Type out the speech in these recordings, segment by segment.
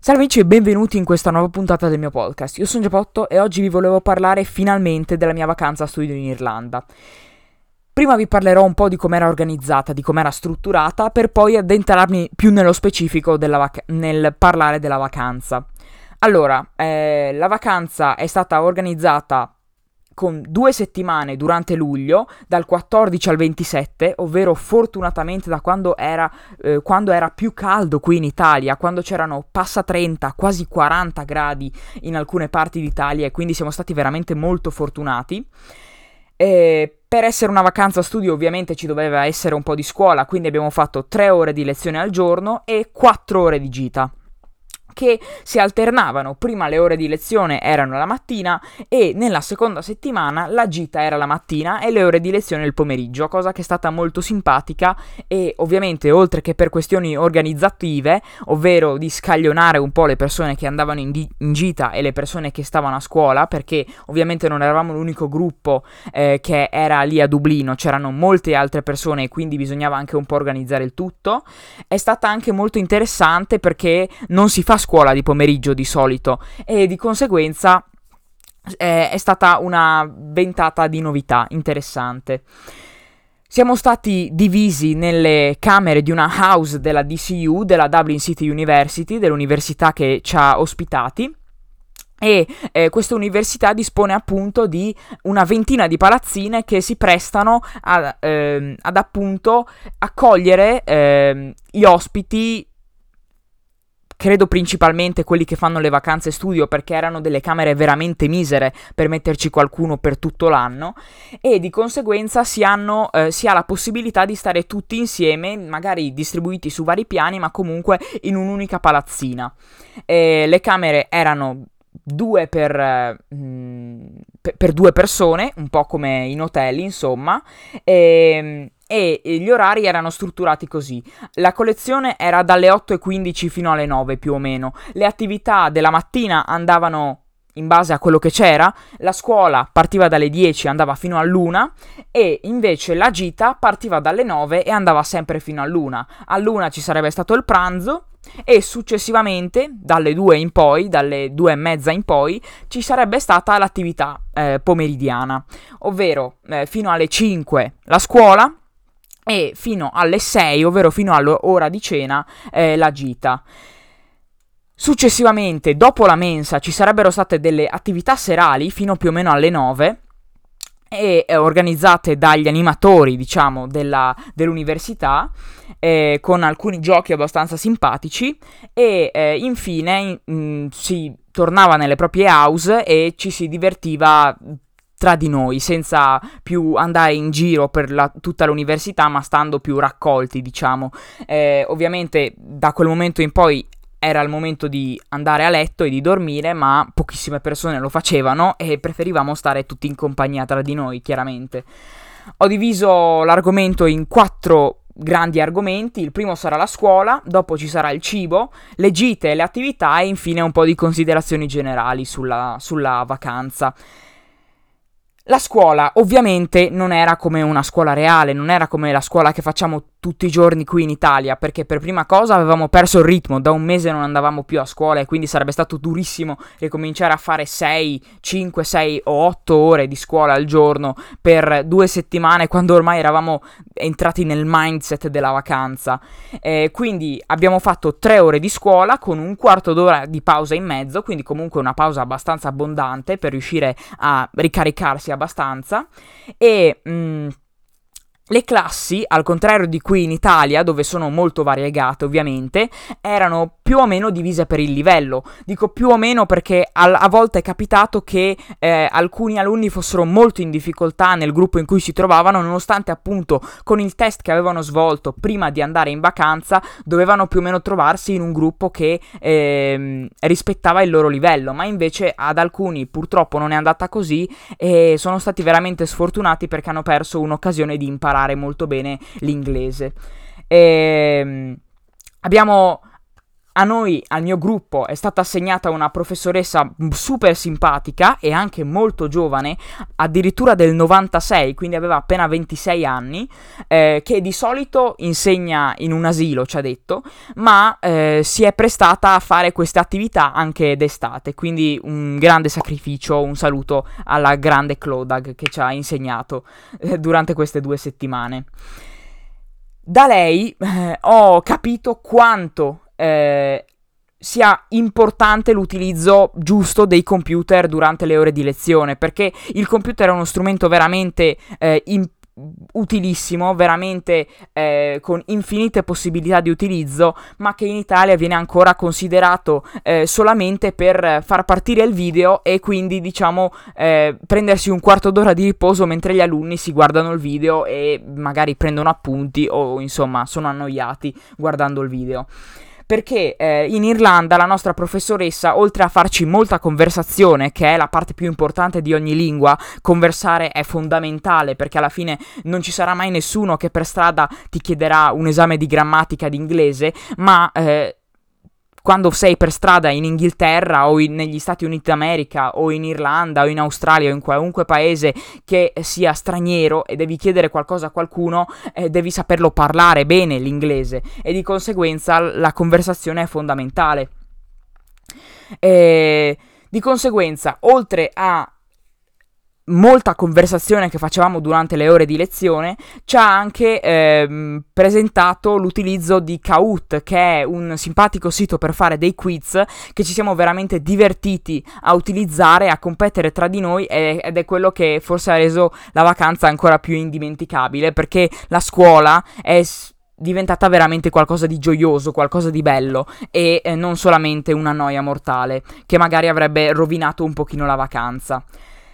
Salve amici e benvenuti in questa nuova puntata del mio podcast. Io sono Giappotto e oggi vi volevo parlare finalmente della mia vacanza a studio in Irlanda. Prima vi parlerò un po' di com'era organizzata, di com'era strutturata, per poi addentrarmi più nello specifico nel parlare della vacanza. Allora, la vacanza è stata organizzata con 2 settimane durante luglio, dal 14 al 27, ovvero fortunatamente da quando era più caldo qui in Italia, quando c'erano passa 30, quasi 40 gradi in alcune parti d'Italia, e quindi siamo stati veramente molto fortunati. Per essere una vacanza studio ovviamente ci doveva essere un po' di scuola, quindi abbiamo fatto 3 ore di lezione al giorno e 4 ore di gita, che si alternavano. Prima le ore di lezione erano la mattina e nella seconda settimana la gita era la mattina e le ore di lezione il pomeriggio, cosa che è stata molto simpatica. E ovviamente, oltre che per questioni organizzative, ovvero di scaglionare un po' le persone che andavano in gita e le persone che stavano a scuola, perché ovviamente non eravamo l'unico gruppo che era lì a Dublino, c'erano molte altre persone e quindi bisognava anche un po' organizzare il tutto. È stata anche molto interessante perché non si fa scuola di pomeriggio di solito e di conseguenza è stata una ventata di novità interessante. Siamo stati divisi nelle camere di una house della DCU, della Dublin City University, dell'università che ci ha ospitati. E questa università dispone appunto di una ventina di palazzine che si prestano ad appunto accogliere gli ospiti, credo principalmente quelli che fanno le vacanze studio, perché erano delle camere veramente misere per metterci qualcuno per tutto l'anno, e di conseguenza si ha la possibilità di stare tutti insieme, magari distribuiti su vari piani, ma comunque in un'unica palazzina. Le camere erano 2 per 2 persone, un po' come in hotel, insomma, e gli orari erano strutturati così. La collezione era dalle 8:15 fino alle 9 più o meno. Le attività della mattina andavano in base a quello che c'era, la scuola partiva dalle 10 e andava fino all'1, e invece la gita partiva dalle 9 e andava sempre fino all'1. All'1 ci sarebbe stato il pranzo e successivamente dalle 2 in poi, dalle 2 e mezza in poi, ci sarebbe stata l'attività pomeridiana, ovvero fino alle 5 la scuola e fino alle 6, ovvero fino all'ora di cena, la gita. Successivamente, dopo la mensa, ci sarebbero state delle attività serali fino più o meno alle 9, e organizzate dagli animatori, diciamo, dell'università, con alcuni giochi abbastanza simpatici, e infine si tornava nelle proprie house e ci si divertiva tra di noi, senza più andare in giro per tutta l'università, ma stando più raccolti, diciamo. Ovviamente da quel momento in poi era il momento di andare a letto e di dormire, ma pochissime persone lo facevano e preferivamo stare tutti in compagnia tra di noi, chiaramente. Ho diviso l'argomento in 4 grandi argomenti. Il primo sarà la scuola, dopo ci sarà il cibo, le gite, le attività e infine un po' di considerazioni generali sulla vacanza. La scuola ovviamente non era come una scuola reale, non era come la scuola che facciamo tutti i giorni qui in Italia, perché per prima cosa avevamo perso il ritmo, da un mese non andavamo più a scuola e quindi sarebbe stato durissimo ricominciare a fare 6, 5, 6 o 8 ore di scuola al giorno per 2 settimane, quando ormai eravamo entrati nel mindset della vacanza. Quindi abbiamo fatto 3 ore di scuola con un quarto d'ora di pausa in mezzo, quindi comunque una pausa abbastanza abbondante per riuscire a ricaricarsi abbastanza. E le classi, al contrario di qui in Italia, dove sono molto variegate ovviamente, erano più o meno divise per il livello. Dico più o meno perché a volte è capitato che alcuni alunni fossero molto in difficoltà nel gruppo in cui si trovavano, nonostante appunto con il test che avevano svolto prima di andare in vacanza dovevano più o meno trovarsi in un gruppo che rispettava il loro livello, ma invece ad alcuni purtroppo non è andata così e sono stati veramente sfortunati perché hanno perso un'occasione di imparare molto bene l'inglese. Abbiamo A noi, al mio gruppo, è stata assegnata una professoressa super simpatica e anche molto giovane, addirittura del 96, quindi aveva appena 26 anni, che di solito insegna in un asilo, ci ha detto, ma si è prestata a fare queste attività anche d'estate, quindi un grande sacrificio, un saluto alla grande Clodag che ci ha insegnato durante queste 2 settimane. Da lei ho capito quanto sia importante l'utilizzo giusto dei computer durante le ore di lezione, perché il computer è uno strumento veramente utilissimo, veramente con infinite possibilità di utilizzo, ma che in Italia viene ancora considerato solamente per far partire il video e quindi diciamo prendersi un quarto d'ora di riposo mentre gli alunni si guardano il video e magari prendono appunti o insomma sono annoiati guardando il video. Perché in Irlanda la nostra professoressa, oltre a farci molta conversazione, che è la parte più importante di ogni lingua, conversare è fondamentale, perché alla fine non ci sarà mai nessuno che per strada ti chiederà un esame di grammatica d'inglese, ma quando sei per strada in Inghilterra o negli Stati Uniti d'America o in Irlanda o in Australia o in qualunque paese che sia straniero e devi chiedere qualcosa a qualcuno, devi saperlo parlare bene l'inglese e di conseguenza la conversazione è fondamentale. Di conseguenza, oltre a molta conversazione che facevamo durante le ore di lezione, ci ha anche presentato l'utilizzo di Kahoot, che è un simpatico sito per fare dei quiz che ci siamo veramente divertiti a utilizzare, a competere tra di noi, ed è quello che forse ha reso la vacanza ancora più indimenticabile, perché la scuola è diventata veramente qualcosa di gioioso, qualcosa di bello e non solamente una noia mortale che magari avrebbe rovinato un pochino la vacanza.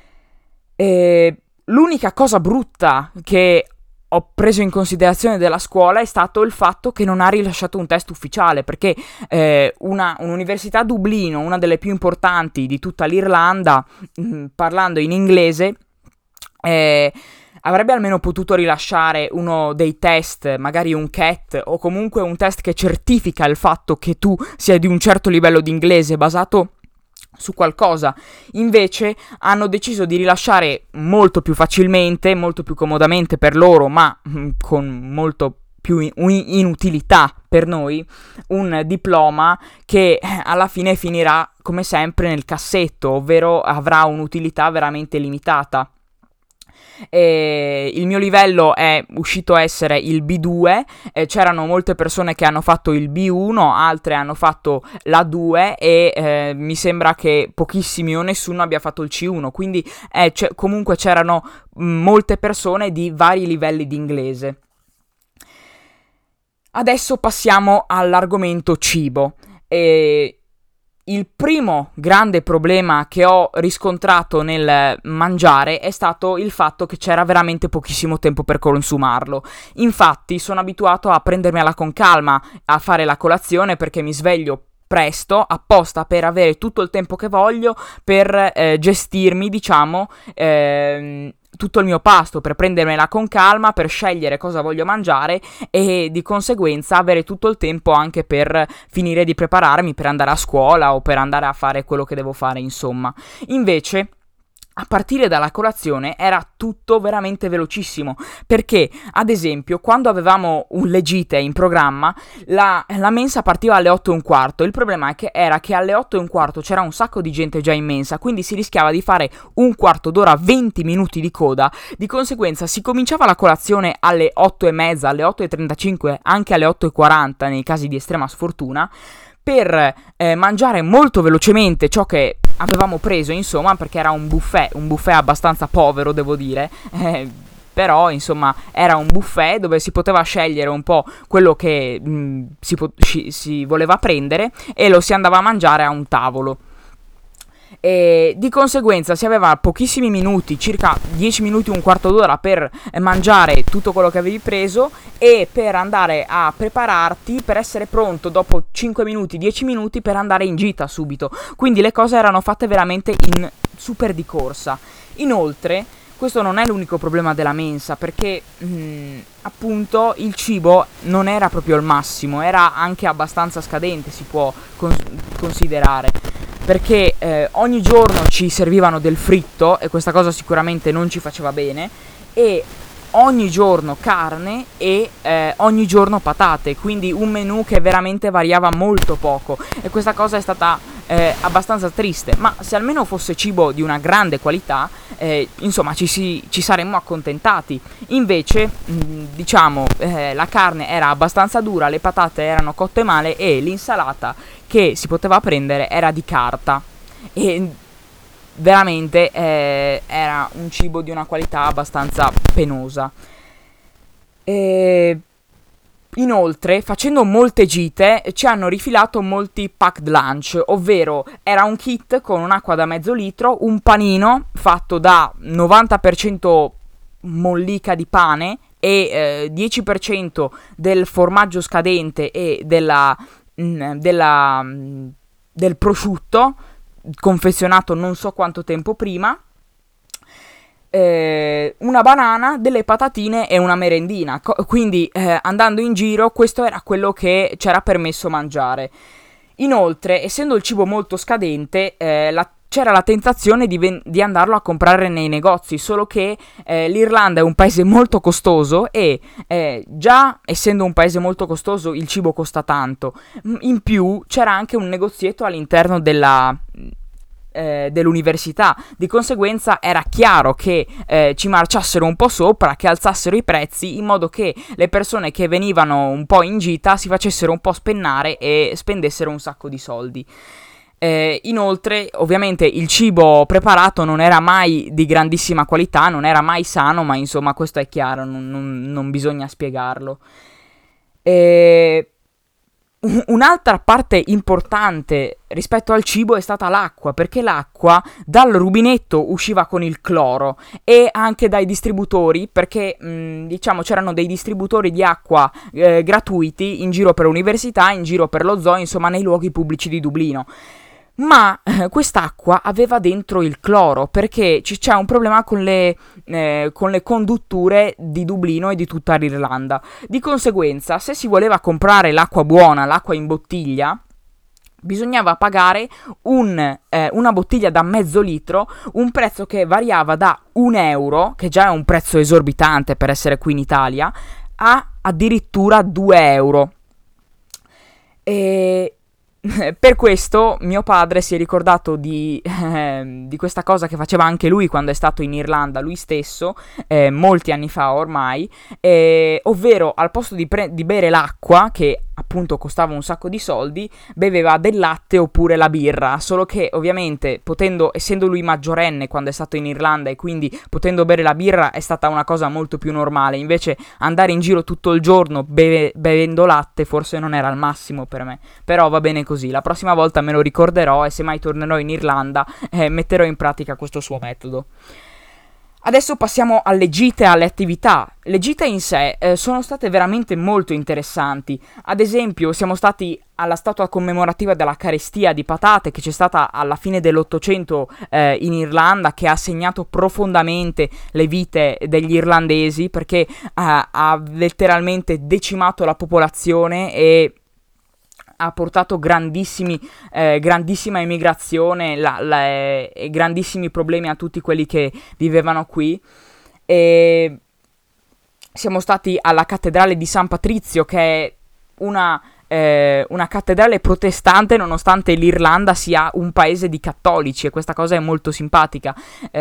L'unica cosa brutta che ho preso in considerazione della scuola è stato il fatto che non ha rilasciato un test ufficiale, perché un'università a Dublino, una delle più importanti di tutta l'Irlanda, parlando in inglese, avrebbe almeno potuto rilasciare uno dei test, magari un CAT o comunque un test che certifica il fatto che tu sia di un certo livello di inglese basato su qualcosa. Invece hanno deciso di rilasciare molto più facilmente, molto più comodamente per loro, ma con molto più inutilità per noi, un diploma che alla fine finirà come sempre nel cassetto, ovvero avrà un'utilità veramente limitata. Il mio livello è uscito a essere il B2, c'erano molte persone che hanno fatto il B1, altre hanno fatto la 2 e mi sembra che pochissimi o nessuno abbia fatto il C1, quindi comunque c'erano molte persone di vari livelli di inglese. Adesso passiamo all'argomento cibo. Il primo grande problema che ho riscontrato nel mangiare è stato il fatto che c'era veramente pochissimo tempo per consumarlo. Infatti sono abituato a prendermela con calma, a fare la colazione perché mi sveglio presto, apposta per avere tutto il tempo che voglio per gestirmi, diciamo, tutto il mio pasto, per prendermela con calma, per scegliere cosa voglio mangiare e di conseguenza avere tutto il tempo anche per finire di prepararmi per andare a scuola o per andare a fare quello che devo fare, insomma. Invece a partire dalla colazione era tutto veramente velocissimo, perché ad esempio quando avevamo un legite in programma la mensa partiva alle 8:15, il problema era che alle 8:15 c'era un sacco di gente già in mensa, quindi si rischiava di fare un quarto d'ora, 20 minuti di coda, di conseguenza si cominciava la colazione alle 8:30, alle 8:35, anche alle 8:40 nei casi di estrema sfortuna, per mangiare molto velocemente ciò che avevamo preso, insomma, perché era un buffet abbastanza povero, devo dire, però insomma era un buffet dove si poteva scegliere un po' quello che si voleva prendere e lo si andava a mangiare a un tavolo. E di conseguenza si aveva pochissimi minuti, circa 10 minuti, un quarto d'ora per mangiare tutto quello che avevi preso e per andare a prepararti per essere pronto dopo 5 minuti, 10 minuti per andare in gita subito. Quindi le cose erano fatte veramente in super di corsa. Inoltre questo non è l'unico problema della mensa, perché appunto il cibo non era proprio il massimo, era anche abbastanza scadente, si può considerare, perché ogni giorno ci servivano del fritto e questa cosa sicuramente non ci faceva bene, e ogni giorno carne e ogni giorno patate, quindi un menù che veramente variava molto poco, e questa cosa è stata abbastanza triste. Ma se almeno fosse cibo di una grande qualità, insomma ci saremmo accontentati. Invece diciamo la carne era abbastanza dura, le patate erano cotte male e l'insalata che si poteva prendere era di carta, e veramente era un cibo di una qualità abbastanza penosa. Inoltre, facendo molte gite, ci hanno rifilato molti packed lunch, ovvero era un kit con un'acqua da mezzo litro, un panino fatto da 90% mollica di pane e 10% del formaggio scadente e del prosciutto confezionato non so quanto tempo prima, una banana, delle patatine e una merendina. Quindi andando in giro questo era quello che c'era permesso mangiare. Inoltre, essendo il cibo molto scadente, c'era la tentazione di andarlo a comprare nei negozi, solo che l'Irlanda è un paese molto costoso e già essendo un paese molto costoso il cibo costa tanto. In più c'era anche un negozietto all'interno dell'università, di conseguenza era chiaro che ci marciassero un po' sopra, che alzassero i prezzi in modo che le persone che venivano un po' in gita si facessero un po' spennare e spendessero un sacco di soldi. Inoltre ovviamente il cibo preparato non era mai di grandissima qualità, non era mai sano, ma insomma questo è chiaro, non bisogna spiegarlo. Un'altra parte importante rispetto al cibo è stata l'acqua, perché l'acqua dal rubinetto usciva con il cloro, e anche dai distributori, perché diciamo c'erano dei distributori di acqua gratuiti in giro per l'università, in giro per lo zoo, insomma nei luoghi pubblici di Dublino. Ma quest'acqua aveva dentro il cloro, perché c'è un problema con le condutture di Dublino e di tutta l'Irlanda. Di conseguenza, se si voleva comprare l'acqua buona, l'acqua in bottiglia, bisognava pagare una bottiglia da mezzo litro, un prezzo che variava da 1 euro, che già è un prezzo esorbitante per essere qui in Italia, a addirittura 2 euro. Per questo mio padre si è ricordato di questa cosa che faceva anche lui quando è stato in Irlanda, lui stesso, molti anni fa ormai, ovvero al posto di bere l'acqua, che appunto costava un sacco di soldi, beveva del latte oppure la birra, solo che ovviamente essendo lui maggiorenne quando è stato in Irlanda e quindi potendo bere la birra è stata una cosa molto più normale, invece andare in giro tutto il giorno bevendo latte forse non era il massimo per me, però va bene così, la prossima volta me lo ricorderò e se mai tornerò in Irlanda metterò in pratica questo suo metodo. Adesso passiamo alle gite e alle attività. Le gite in sé sono state veramente molto interessanti. Ad esempio siamo stati alla statua commemorativa della carestia di patate che c'è stata alla fine dell'Ottocento in Irlanda, che ha segnato profondamente le vite degli irlandesi, perché ha letteralmente decimato la popolazione e ha portato grandissima emigrazione e grandissimi problemi a tutti quelli che vivevano qui. E siamo stati alla cattedrale di San Patrizio, che è una cattedrale protestante nonostante l'Irlanda sia un paese di cattolici, e questa cosa è molto simpatica.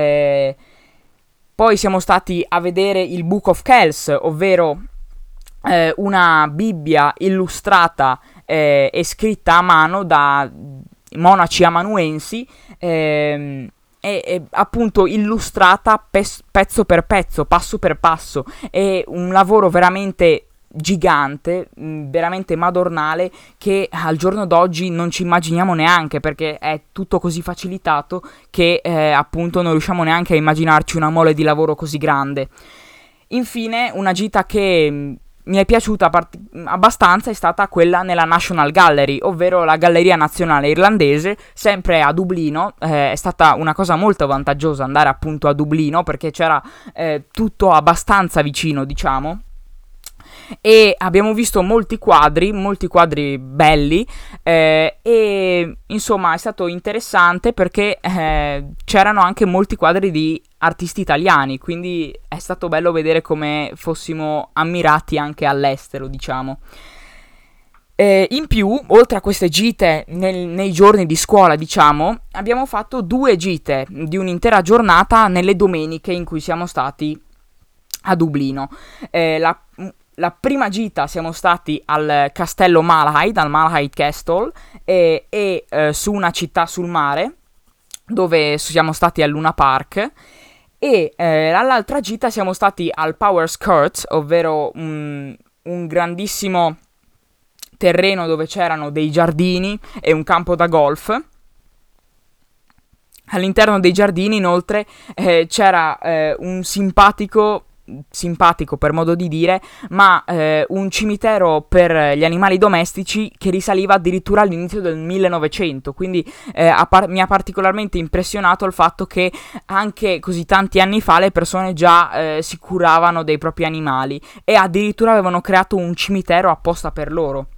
Poi siamo stati a vedere il Book of Kells, ovvero una Bibbia illustrata e scritta a mano da monaci amanuensi, e appunto illustrata pezzo per pezzo, passo per passo. È un lavoro veramente gigante, veramente madornale, che al giorno d'oggi non ci immaginiamo neanche, perché è tutto così facilitato che appunto non riusciamo neanche a immaginarci una mole di lavoro così grande. Infine una gita che mi è piaciuta abbastanza è stata quella nella National Gallery, ovvero la Galleria Nazionale Irlandese, sempre a Dublino. È stata una cosa molto vantaggiosa andare appunto a Dublino, perché c'era tutto abbastanza vicino, diciamo. E abbiamo visto molti quadri belli, e insomma è stato interessante perché c'erano anche molti quadri di artisti italiani, quindi è stato bello vedere come fossimo ammirati anche all'estero, diciamo. In più, oltre a queste gite nei giorni di scuola, diciamo, abbiamo fatto 2 gite di un'intera giornata nelle domeniche in cui siamo stati a Dublino. La prima gita siamo stati al castello Malahide, al Malahide Castle, e su una città sul mare, dove siamo stati al Luna Park, e all'altra gita siamo stati al Power Skirts, ovvero un grandissimo terreno dove c'erano dei giardini e un campo da golf. All'interno dei giardini, inoltre, c'era un simpatico per modo di dire, ma un cimitero per gli animali domestici che risaliva addirittura all'inizio del 1900, quindi mi ha particolarmente impressionato il fatto che anche così tanti anni fa le persone già si curavano dei propri animali e addirittura avevano creato un cimitero apposta per loro.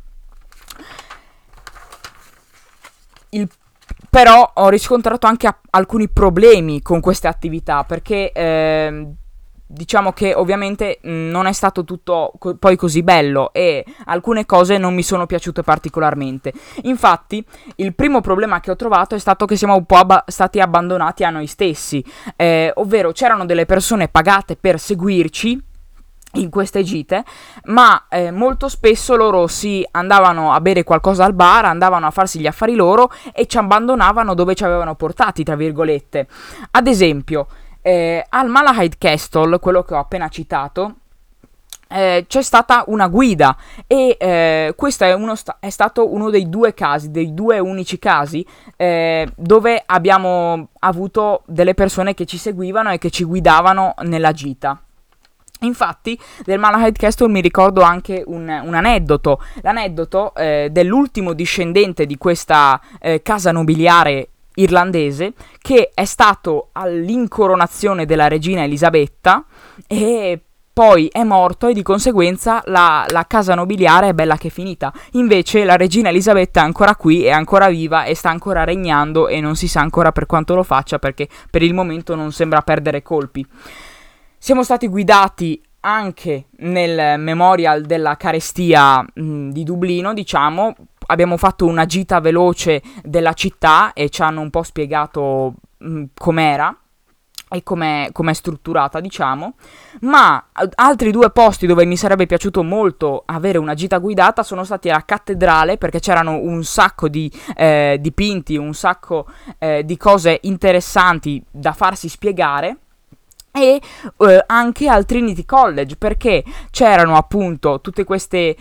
Però ho riscontrato anche alcuni problemi con queste attività, perché diciamo che ovviamente non è stato tutto poi così bello e alcune cose non mi sono piaciute particolarmente. Infatti, il primo problema che ho trovato è stato che siamo un po' stati abbandonati a noi stessi, ovvero c'erano delle persone pagate per seguirci in queste gite, ma molto spesso loro si andavano a bere qualcosa al bar, andavano a farsi gli affari loro e ci abbandonavano dove ci avevano portati, tra virgolette. Ad esempio, al Malahide Castle, quello che ho appena citato, c'è stata una guida e questo è stato uno dei 2 casi, dei 2 unici casi dove abbiamo avuto delle persone che ci seguivano e che ci guidavano nella gita. Infatti del Malahide Castle mi ricordo anche un aneddoto, l'aneddoto dell'ultimo discendente di questa casa nobiliare irlandese, che è stato all'incoronazione della regina Elisabetta e poi è morto, e di conseguenza la casa nobiliare è bella che è finita. Invece la regina Elisabetta è ancora qui, è ancora viva e sta ancora regnando, e non si sa ancora per quanto lo faccia, perché per il momento non sembra perdere colpi. Siamo stati guidati anche nel memorial della carestia di Dublino, diciamo. Abbiamo fatto una gita veloce della città e ci hanno un po' spiegato com'era e com'è strutturata, diciamo. Ma altri 2 posti dove mi sarebbe piaciuto molto avere una gita guidata sono stati la cattedrale, perché c'erano un sacco di dipinti, un sacco di cose interessanti da farsi spiegare, e anche al Trinity College, perché c'erano appunto tutte queste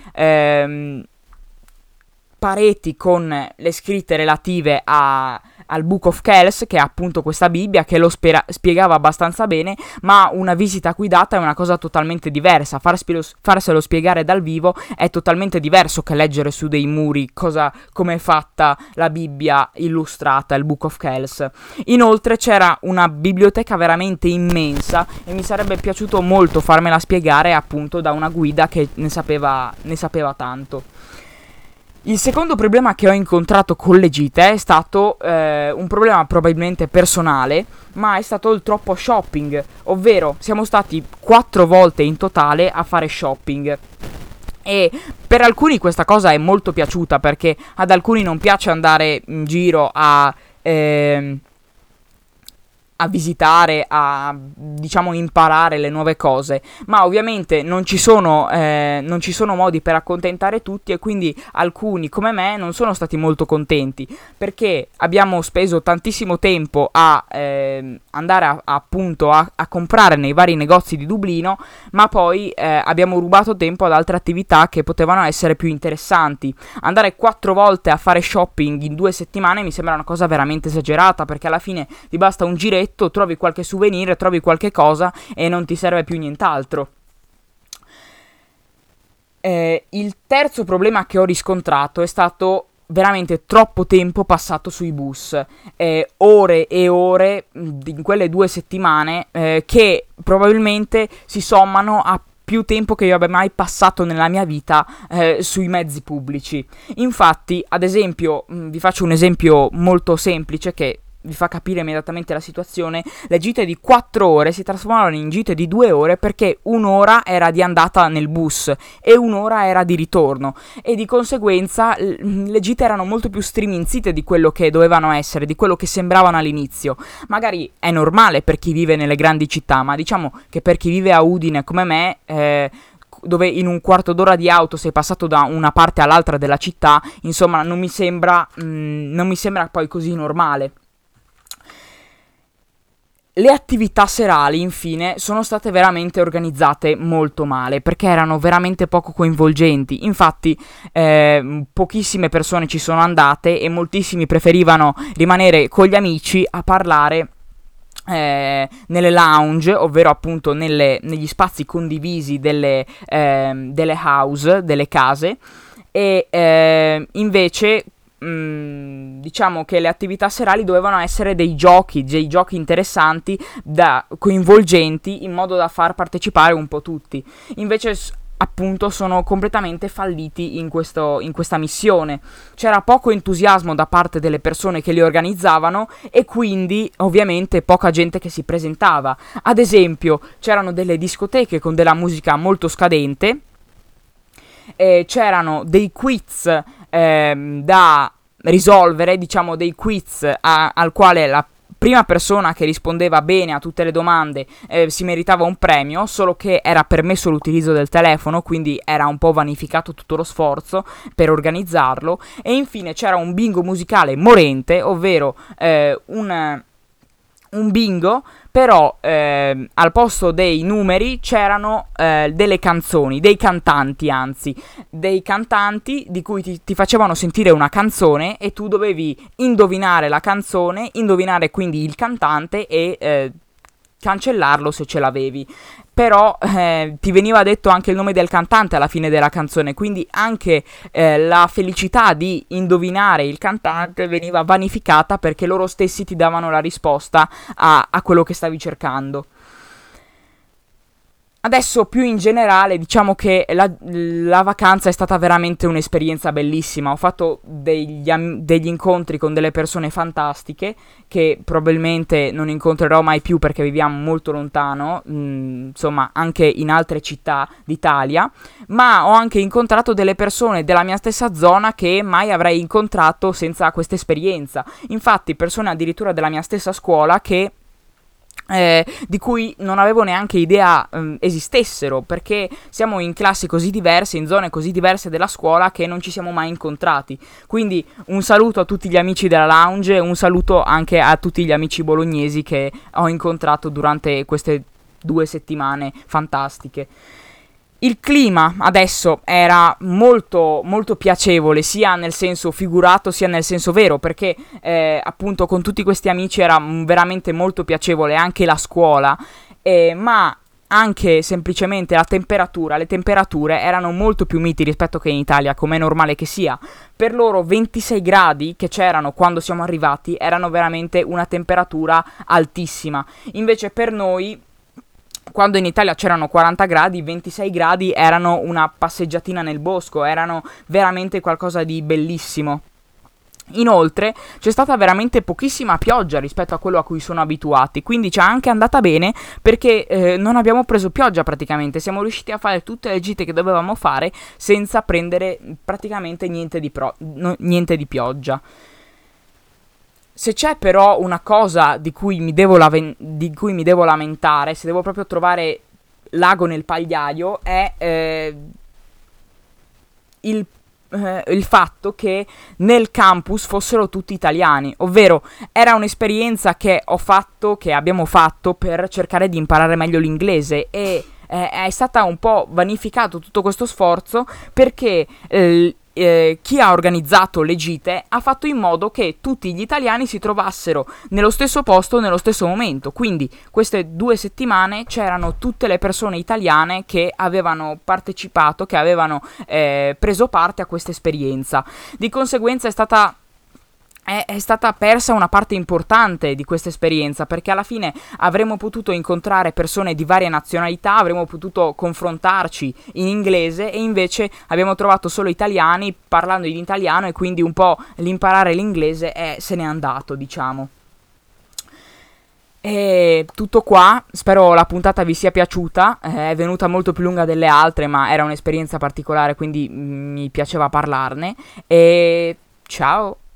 pareti con le scritte relative al Book of Kells, che è appunto questa Bibbia che lo spiegava abbastanza bene, ma una visita guidata è una cosa totalmente diversa. Farselo spiegare dal vivo è totalmente diverso che leggere su dei muri come è fatta la Bibbia illustrata, il Book of Kells. Inoltre c'era una biblioteca veramente immensa e mi sarebbe piaciuto molto farmela spiegare appunto da una guida che ne sapeva tanto. Il secondo problema che ho incontrato con le gite è stato un problema probabilmente personale, ma è stato il troppo shopping, ovvero siamo stati 4 volte in totale a fare shopping. E per alcuni questa cosa è molto piaciuta, perché ad alcuni non piace andare in giro a visitare, a diciamo imparare le nuove cose, ma ovviamente non ci sono modi per accontentare tutti, e quindi alcuni come me non sono stati molto contenti, perché abbiamo speso tantissimo tempo a andare appunto a comprare nei vari negozi di Dublino, ma poi abbiamo rubato tempo ad altre attività che potevano essere più interessanti. Andare 4 volte a fare shopping in 2 settimane mi sembra una cosa veramente esagerata, perché alla fine ti basta un giretto, trovi qualche souvenir, trovi qualche cosa e non ti serve più nient'altro. Il terzo problema che ho riscontrato è stato veramente troppo tempo passato sui bus, ore e ore in quelle 2 settimane, che probabilmente si sommano a più tempo che io abbia mai passato nella mia vita sui mezzi pubblici. Infatti, ad esempio, vi faccio un esempio molto semplice che vi fa capire immediatamente la situazione. Le gite di 4 ore si trasformavano in gite di 2 ore perché un'ora era di andata nel bus e un'ora era di ritorno, e di conseguenza le gite erano molto più striminzite di quello che dovevano essere, di quello che sembravano all'inizio. Magari è normale per chi vive nelle grandi città, ma diciamo che per chi vive a Udine come me, dove in un quarto d'ora di auto sei passato da una parte all'altra della città, insomma non mi sembra poi così normale. Le attività serali, infine, sono state veramente organizzate molto male, perché erano veramente poco coinvolgenti. Infatti, pochissime persone ci sono andate e moltissimi preferivano rimanere con gli amici a parlare nelle lounge, ovvero appunto negli spazi condivisi delle house, delle case, e invece diciamo che le attività serali dovevano essere dei giochi interessanti, coinvolgenti, in modo da far partecipare un po' tutti. Invece appunto sono completamente falliti in questa missione. C'era poco entusiasmo da parte delle persone che li organizzavano e quindi ovviamente poca gente che si presentava. Ad esempio, c'erano delle discoteche con della musica molto scadente, c'erano dei quiz da risolvere, diciamo dei quiz al quale la prima persona che rispondeva bene a tutte le domande si meritava un premio, solo che era permesso l'utilizzo del telefono, quindi era un po' vanificato tutto lo sforzo per organizzarlo. E infine c'era un bingo musicale morente, ovvero un bingo, però al posto dei numeri c'erano delle canzoni, dei cantanti di cui ti facevano sentire una canzone e tu dovevi indovinare la canzone, indovinare quindi il cantante e cancellarlo se ce l'avevi. Però ti veniva detto anche il nome del cantante alla fine della canzone, quindi anche la felicità di indovinare il cantante veniva vanificata, perché loro stessi ti davano la risposta a quello che stavi cercando. Adesso più in generale diciamo che la vacanza è stata veramente un'esperienza bellissima. Ho fatto degli incontri con delle persone fantastiche che probabilmente non incontrerò mai più perché viviamo molto lontano, insomma anche in altre città d'Italia, ma ho anche incontrato delle persone della mia stessa zona che mai avrei incontrato senza questa esperienza. Infatti persone addirittura della mia stessa scuola che di cui non avevo neanche idea esistessero, perché siamo in classi così diverse, in zone così diverse della scuola, che non ci siamo mai incontrati. Quindi un saluto a tutti gli amici della lounge, un saluto anche a tutti gli amici bolognesi che ho incontrato durante queste 2 settimane fantastiche. Il clima adesso era molto molto piacevole, sia nel senso figurato sia nel senso vero, perché appunto con tutti questi amici era veramente molto piacevole anche la scuola, ma anche semplicemente la temperatura. Le temperature erano molto più miti rispetto che in Italia, come è normale che sia. Per loro 26 gradi che c'erano quando siamo arrivati erano veramente una temperatura altissima. Invece per noi, quando in Italia c'erano 40 gradi, 26 gradi erano una passeggiatina nel bosco, erano veramente qualcosa di bellissimo. Inoltre c'è stata veramente pochissima pioggia rispetto a quello a cui sono abituati, quindi ci è anche andata bene, perché non abbiamo preso pioggia praticamente, siamo riusciti a fare tutte le gite che dovevamo fare senza prendere praticamente niente di pioggia. Se c'è però una cosa di cui mi devo lamentare, se devo proprio trovare l'ago nel pagliaio, è il fatto che nel campus fossero tutti italiani, ovvero era un'esperienza che abbiamo fatto per cercare di imparare meglio l'inglese, e è stata un po' vanificato tutto questo sforzo perché chi ha organizzato le gite ha fatto in modo che tutti gli italiani si trovassero nello stesso posto nello stesso momento. Quindi queste 2 settimane c'erano tutte le persone italiane che avevano partecipato, che avevano preso parte a questa esperienza. Di conseguenza è stata persa una parte importante di questa esperienza, perché alla fine avremmo potuto incontrare persone di varie nazionalità, avremmo potuto confrontarci in inglese, e invece abbiamo trovato solo italiani parlando in italiano, e quindi un po' l'imparare l'inglese se n'è andato, diciamo. E tutto qua, spero la puntata vi sia piaciuta, è venuta molto più lunga delle altre, ma era un'esperienza particolare, quindi mi piaceva parlarne, e ciao!